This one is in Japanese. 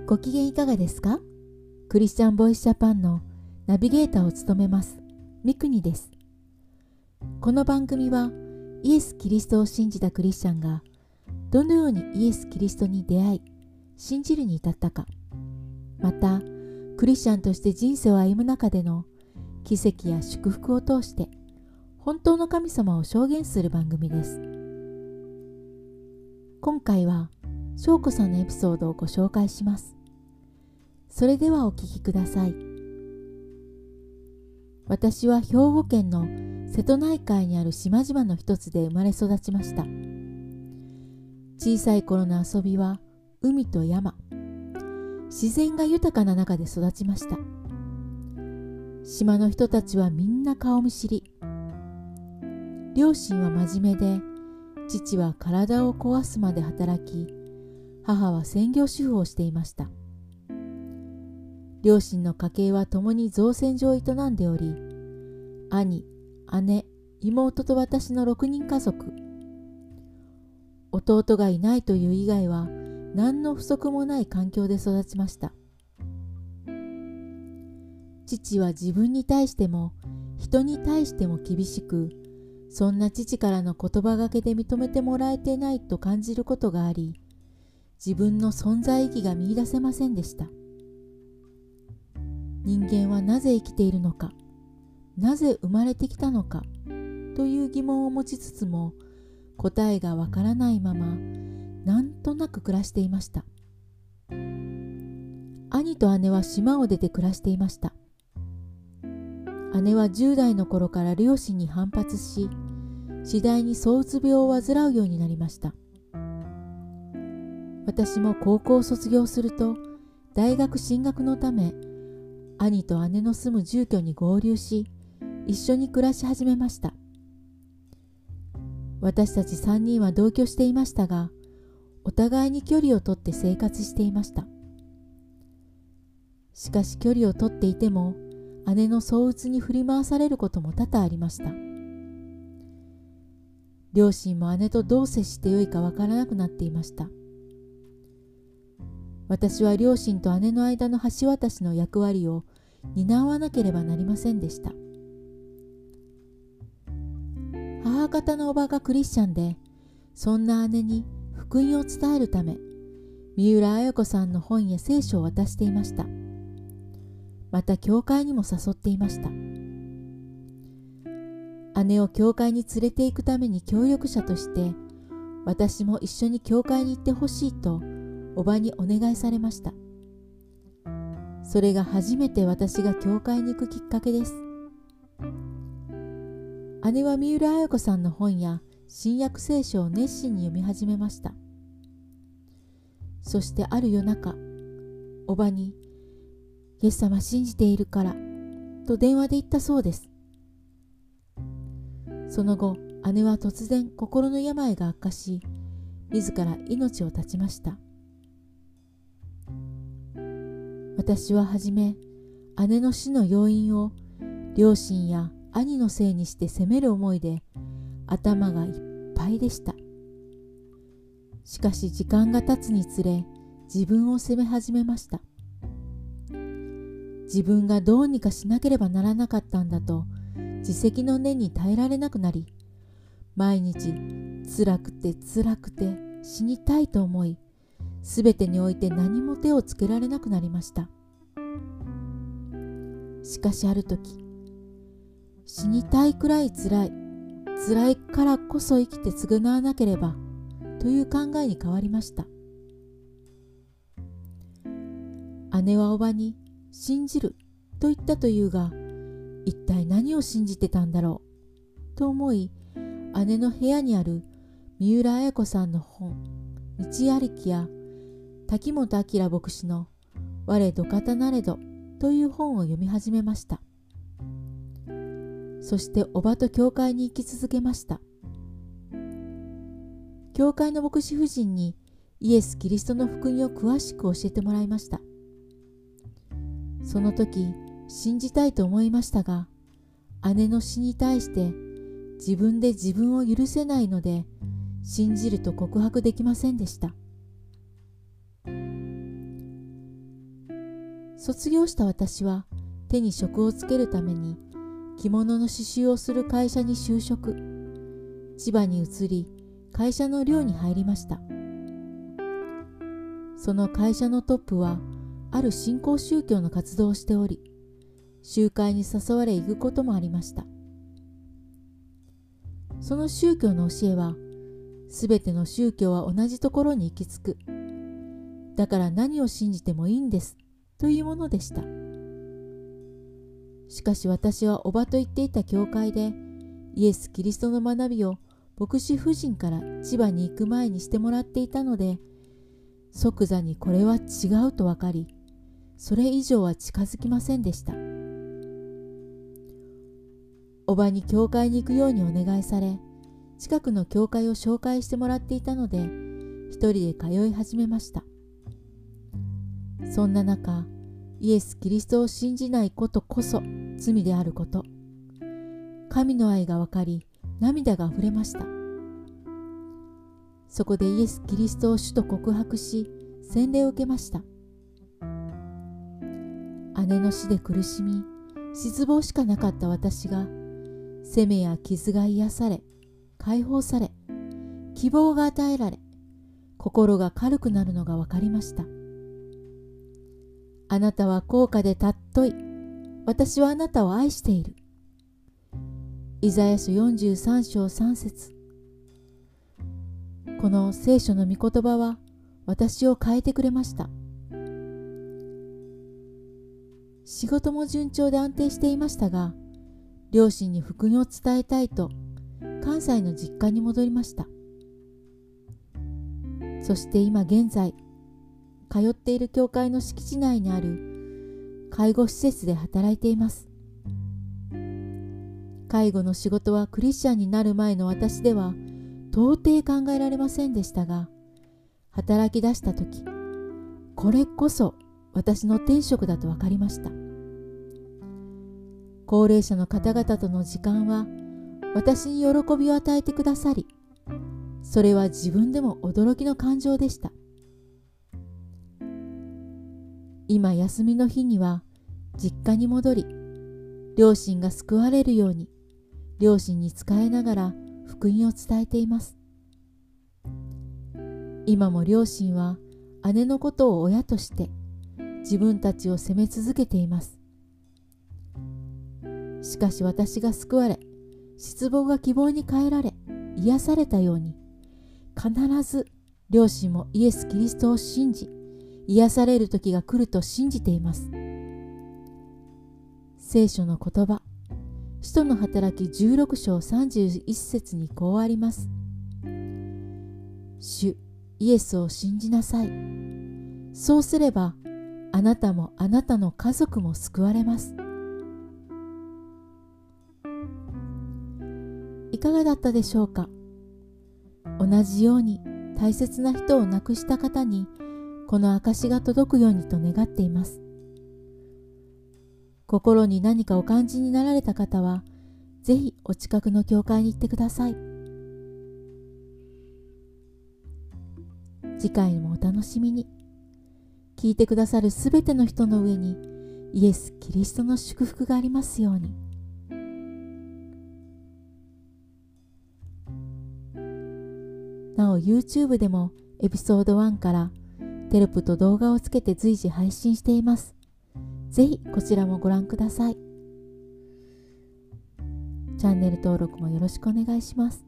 ご機嫌いかがですか？クリスチャンボイスジャパンのナビゲーターを務めますミクニです。この番組はイエス・キリストを信じたクリスチャンがどのようにイエス・キリストに出会い信じるに至ったか、またクリスチャンとして人生を歩む中での奇跡や祝福を通して本当の神様を証言する番組です。今回は翔子さんのエピソードをご紹介します。それではお聞きください。私は兵庫県の瀬戸内海にある島々の一つで生まれ育ちました。小さい頃の遊びは海と山、自然が豊かな中で育ちました。島の人たちはみんな顔見知り。両親は真面目で、父は体を壊すまで働き、母は専業主婦をしていました。両親の家系は共に造船所を営んでおり、兄、姉、妹と私の6人家族。弟がいないという以外は何の不足もない環境で育ちました。父は自分に対しても人に対しても厳しく、そんな父からの言葉がけで認めてもらえていないと感じることがあり、自分の存在意義が見出せませんでした。人間はなぜ生きているのか、なぜ生まれてきたのかという疑問を持ちつつも、答えがわからないままなんとなく暮らしていました。兄と姉は島を出て暮らしていました。姉は10代の頃から両親に反発し、次第に躁うつ病を患うようになりました。私も高校を卒業すると大学進学のため、兄と姉の住む住居に合流し、一緒に暮らし始めました。私たち3人は同居していましたが、お互いに距離をとって生活していました。しかし距離をとっていても、姉の躁うつに振り回されることも多々ありました。両親も姉とどう接してよいかわからなくなっていました。私は両親と姉の間の橋渡しの役割を担わなければなりませんでした。母方のおばがクリスチャンで、そんな姉に福音を伝えるため、三浦綾子さんの本や聖書を渡していました。また教会にも誘っていました。姉を教会に連れて行くために協力者として、私も一緒に教会に行ってほしいとおばにお願いされました。それが初めて私が教会に行くきっかけです。姉は三浦綾子さんの本や新約聖書を熱心に読み始めました。そしてある夜中、おばに、イエス様信じているからと電話で言ったそうです。その後、姉は突然心の病が悪化し、自ら命を絶ちました。私ははじめ、姉の死の要因を両親や兄のせいにして責める思いで頭がいっぱいでした。しかし時間が経つにつれ、自分を責め始めました。自分がどうにかしなければならなかったんだと自責の念に耐えられなくなり、毎日辛くて辛くて死にたいと思い、すべてにおいて何も手をつけられなくなりました。しかしある時、死にたいくらい辛いからこそ生きて償わなければという考えに変わりました。姉はおばに信じると言ったというが、一体何を信じてたんだろうと思い、姉の部屋にある三浦綾子さんの本道歩きや滝本明牧師の我ど方なれどという本を読み始めました。そしておばと教会に行き続けました。教会の牧師夫人にイエス・キリストの福音を詳しく教えてもらいました。その時、信じたいと思いましたが、姉の死に対して自分で自分を許せないので、信じると告白できませんでした。 卒業した私は手に職をつけるために着物の刺繍をする会社に就職。千葉に移り、会社の寮に入りました。その会社のトップはある新興宗教の活動をしており、集会に誘われ行くこともありました。その宗教の教えは、すべての宗教は同じところに行き着く。だから何を信じてもいいんです、というものでした。しかし私はおばと言っていた教会で、イエス・キリストの学びを牧師夫人から千葉に行く前にしてもらっていたので、即座にこれは違うと分かり、それ以上は近づきませんでした。おばに教会に行くようにお願いされ、近くの教会を紹介してもらっていたので、一人で通い始めました。そんな中、イエス・キリストを信じないことこそ罪であること、神の愛が分かり、涙があふれました。そこでイエス・キリストを主と告白し、洗礼を受けました。姉の死で苦しみ、失望しかなかった私が、責めや傷が癒され、解放され、希望が与えられ、心が軽くなるのが分かりました。あなたは高価で尊い。私はあなたを愛している。イザヤ書43章3節。この聖書の御言葉は私を変えてくれました。仕事も順調で安定していましたが、両親に福音を伝えたいと関西の実家に戻りました。そして今現在、通っている教会の敷地内にある介護施設で働いています。介護の仕事はクリスチャンになる前の私では到底考えられませんでしたが、働き出したとき、これこそ私の天職だと分かりました。高齢者の方々との時間は私に喜びを与えてくださり、それは自分でも驚きの感情でした。今休みの日には実家に戻り、両親が救われるように両親に仕えながら福音を伝えています。今も両親は姉のことを親として自分たちを責め続けています。しかし私が救われ、失望が希望に変えられ、癒されたように、必ず両親もイエス・キリストを信じ、癒される時が来ると信じています。聖書の言葉、使徒の働き16章31節にこうあります。主イエスを信じなさい。そうすれば、あなたもあなたの家族も救われます。いかがだったでしょうか。同じように大切な人を亡くした方にこの証が届くようにと願っています。心に何かお感じになられた方は、ぜひお近くの教会に行ってください。次回もお楽しみに。聞いてくださるすべての人の上にイエス・キリストの祝福がありますように。なお YouTube でもエピソード1からテロップと動画をつけて随時配信しています。ぜひこちらもご覧ください。チャンネル登録もよろしくお願いします。